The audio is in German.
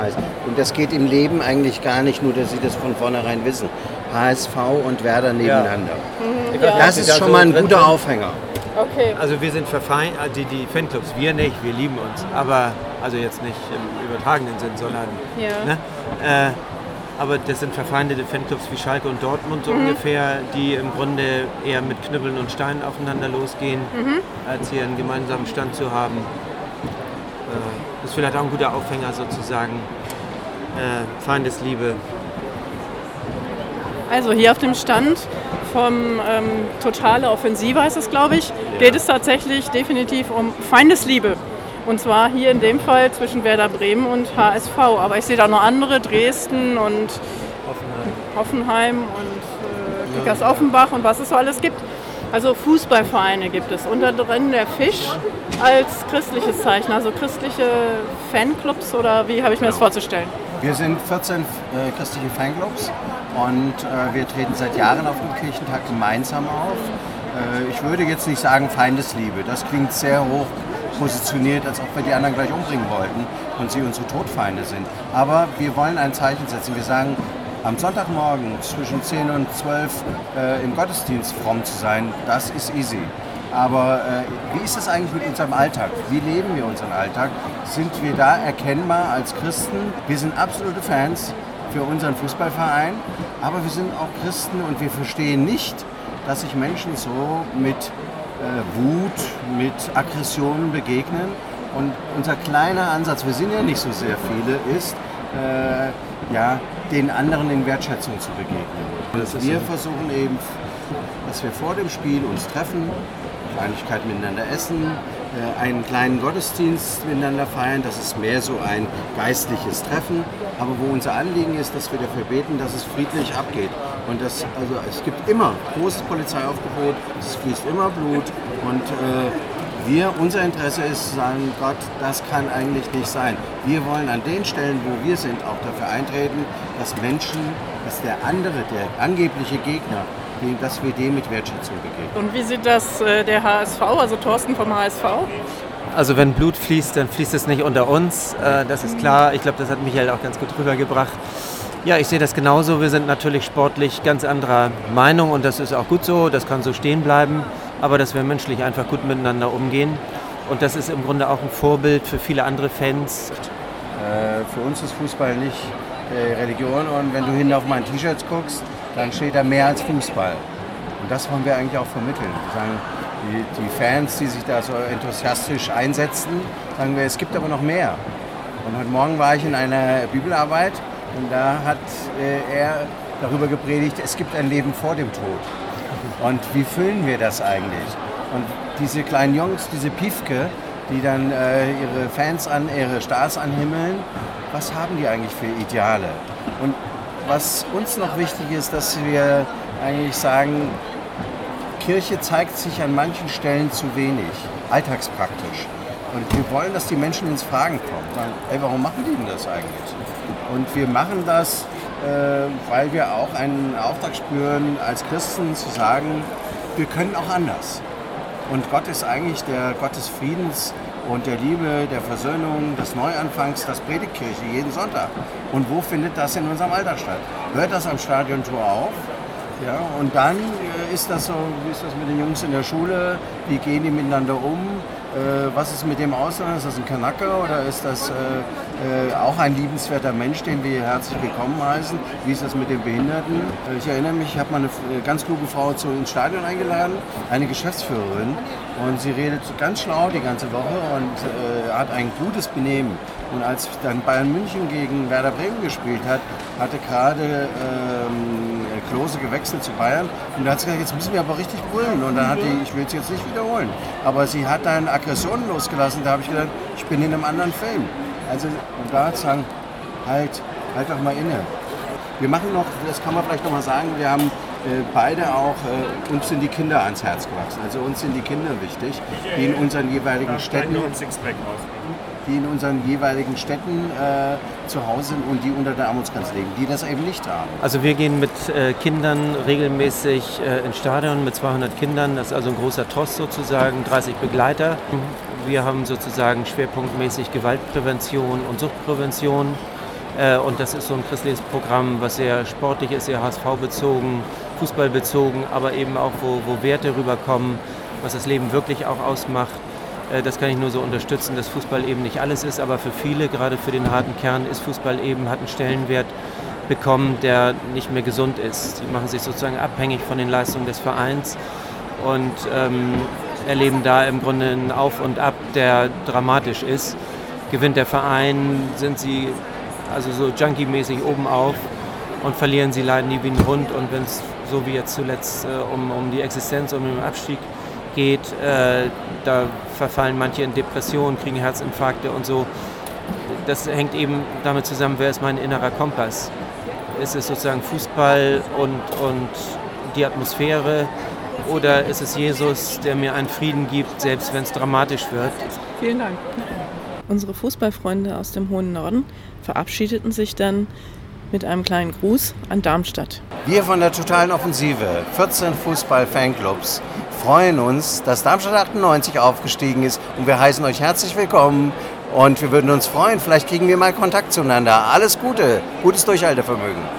Und das geht im Leben eigentlich gar nicht, nur dass Sie das von vornherein wissen. HSV und Werder nebeneinander. Ja. Das ist schon mal ein guter Aufhänger. Okay. Also wir sind verfeindet, die Fanclubs, wir nicht, wir lieben uns. Aber, also jetzt nicht im übertragenen Sinn, sondern, ne? Aber das sind verfeindete Fanclubs wie Schalke und Dortmund so ungefähr, die im Grunde eher mit Knüppeln und Steinen aufeinander losgehen, als hier einen gemeinsamen Stand zu haben. Das ist vielleicht auch ein guter Aufhänger sozusagen. Feindesliebe. Also hier auf dem Stand vom Totale Offensive heißt es, glaube ich, geht es tatsächlich definitiv um Feindesliebe. Und zwar hier in dem Fall zwischen Werder Bremen und HSV. Aber ich sehe da noch andere, Dresden und Hoffenheim und Kickers Offenbach und was es so alles gibt. Also Fußballvereine gibt es. Unter drin der Fisch als christliches Zeichen, also christliche Fanclubs oder wie habe ich mir das vorzustellen? Wir sind 14 christliche Fanclubs und wir treten seit Jahren auf dem Kirchentag gemeinsam auf. Ich würde jetzt nicht sagen Feindesliebe, das klingt sehr hoch positioniert, als ob wir die anderen gleich umbringen wollten und sie unsere Todfeinde sind. Aber wir wollen ein Zeichen setzen. Wir sagen, am Sonntagmorgen zwischen 10 und 12 im Gottesdienst fromm zu sein, das ist easy. Aber wie ist das eigentlich mit unserem Alltag? Wie leben wir unseren Alltag? Sind wir da erkennbar als Christen? Wir sind absolute Fans für unseren Fußballverein, aber wir sind auch Christen und wir verstehen nicht, dass sich Menschen so mit Wut, mit Aggressionen begegnen. Und unser kleiner Ansatz, wir sind ja nicht so sehr viele, ist, den anderen in Wertschätzung zu begegnen. Wir versuchen eben, dass wir vor dem Spiel uns treffen, Kleinigkeiten miteinander essen, einen kleinen Gottesdienst miteinander feiern. Das ist mehr so ein geistliches Treffen. Aber wo unser Anliegen ist, dass wir dafür beten, dass es friedlich abgeht. Und es gibt immer großes Polizeiaufgebot, es fließt immer Blut. Und unser Interesse ist zu sagen, Gott, das kann eigentlich nicht sein. Wir wollen an den Stellen, wo wir sind, auch dafür eintreten, dass der andere, der angebliche Gegner, dass wir dem mit Wertschätzung begegnen. Und wie sieht das der HSV, also Thorsten vom HSV? Also wenn Blut fließt, dann fließt es nicht unter uns, das ist klar. Ich glaube, das hat Michael auch ganz gut rübergebracht. Ja, ich sehe das genauso. Wir sind natürlich sportlich ganz anderer Meinung und das ist auch gut so, das kann so stehen bleiben. Aber dass wir menschlich einfach gut miteinander umgehen. Und das ist im Grunde auch ein Vorbild für viele andere Fans. Für uns ist Fußball nicht Religion und wenn du hin auf mein T-Shirt guckst, dann steht da mehr als Fußball. Und das wollen wir eigentlich auch vermitteln. Wir sagen, die Fans, die sich da so enthusiastisch einsetzen, sagen wir, es gibt aber noch mehr. Und heute Morgen war ich in einer Bibelarbeit und da hat er darüber gepredigt, es gibt ein Leben vor dem Tod. Und wie füllen wir das eigentlich? Und diese kleinen Jungs, diese Piefke, die dann ihre Stars anhimmeln, was haben die eigentlich für Ideale? Und was uns noch wichtig ist, dass wir eigentlich sagen, Kirche zeigt sich an manchen Stellen zu wenig, alltagspraktisch. Und wir wollen, dass die Menschen ins Fragen kommen. Sagen, warum machen die denn das eigentlich? Und wir machen das, weil wir auch einen Auftrag spüren, als Christen zu sagen, wir können auch anders. Und Gott ist eigentlich der Gott des Friedens und der Liebe, der Versöhnung, des Neuanfangs, das predigt Kirche jeden Sonntag. Und wo findet das in unserem Alltag statt? Hört das am Stadiontor auf? Ja, und dann ist das so, wie ist das mit den Jungs in der Schule? Wie gehen die miteinander um? Was ist mit dem Ausländer? Ist das ein Kanaker oder ist das auch ein liebenswerter Mensch, den wir herzlich willkommen heißen? Wie ist das mit den Behinderten? Ich erinnere mich, ich habe mal eine ganz kluge Frau ins Stadion eingeladen, eine Geschäftsführerin, und sie redet ganz schlau die ganze Woche und hat ein gutes Benehmen. Und als dann Bayern München gegen Werder Bremen gespielt hat, hatte gerade Klose gewechselt zu Bayern und da hat sie gesagt, jetzt müssen wir aber richtig brüllen. Und dann hat ich will es jetzt nicht wiederholen, aber sie hat dann Aggressionen losgelassen. Da habe ich gedacht, ich bin in einem anderen Film. Also und da zu sagen, halt doch mal inne. Wir machen noch, das kann man vielleicht noch mal sagen, wir haben beide auch, uns sind die Kinder ans Herz gewachsen. Also uns sind die Kinder wichtig, die in unseren jeweiligen Städten zu Hause sind und die unter der Armutsgrenze leben, die das eben nicht haben. Also wir gehen mit Kindern regelmäßig ins Stadion mit 200 Kindern. Das ist also ein großer Tross sozusagen, 30 Begleiter. Wir haben sozusagen schwerpunktmäßig Gewaltprävention und Suchtprävention. Und das ist so ein christliches Programm, was sehr sportlich ist, sehr HSV-bezogen, fußballbezogen, aber eben auch, wo Werte rüberkommen, was das Leben wirklich auch ausmacht. Das kann ich nur so unterstützen, dass Fußball eben nicht alles ist, aber für viele, gerade für den harten Kern, ist Fußball eben, hat einen Stellenwert bekommen, der nicht mehr gesund ist. Die machen sich sozusagen abhängig von den Leistungen des Vereins und erleben da im Grunde einen Auf und Ab, der dramatisch ist. Gewinnt der Verein, sind sie also so Junkie-mäßig oben auf und verlieren sie, leiden die wie ein Hund. Und wenn es so wie jetzt zuletzt um die Existenz, um den Abstieg geht, da verfallen manche in Depressionen, kriegen Herzinfarkte und so. Das hängt eben damit zusammen, wer ist mein innerer Kompass? Ist es sozusagen Fußball und die Atmosphäre oder ist es Jesus, der mir einen Frieden gibt, selbst wenn es dramatisch wird? Vielen Dank. Unsere Fußballfreunde aus dem hohen Norden verabschiedeten sich dann mit einem kleinen Gruß an Darmstadt. Wir von der Totalen Offensive, 14 Fußball-Fanclubs, freuen uns, dass Darmstadt 98 aufgestiegen ist und wir heißen euch herzlich willkommen und wir würden uns freuen, vielleicht kriegen wir mal Kontakt zueinander. Alles Gute, gutes Durchhaltevermögen.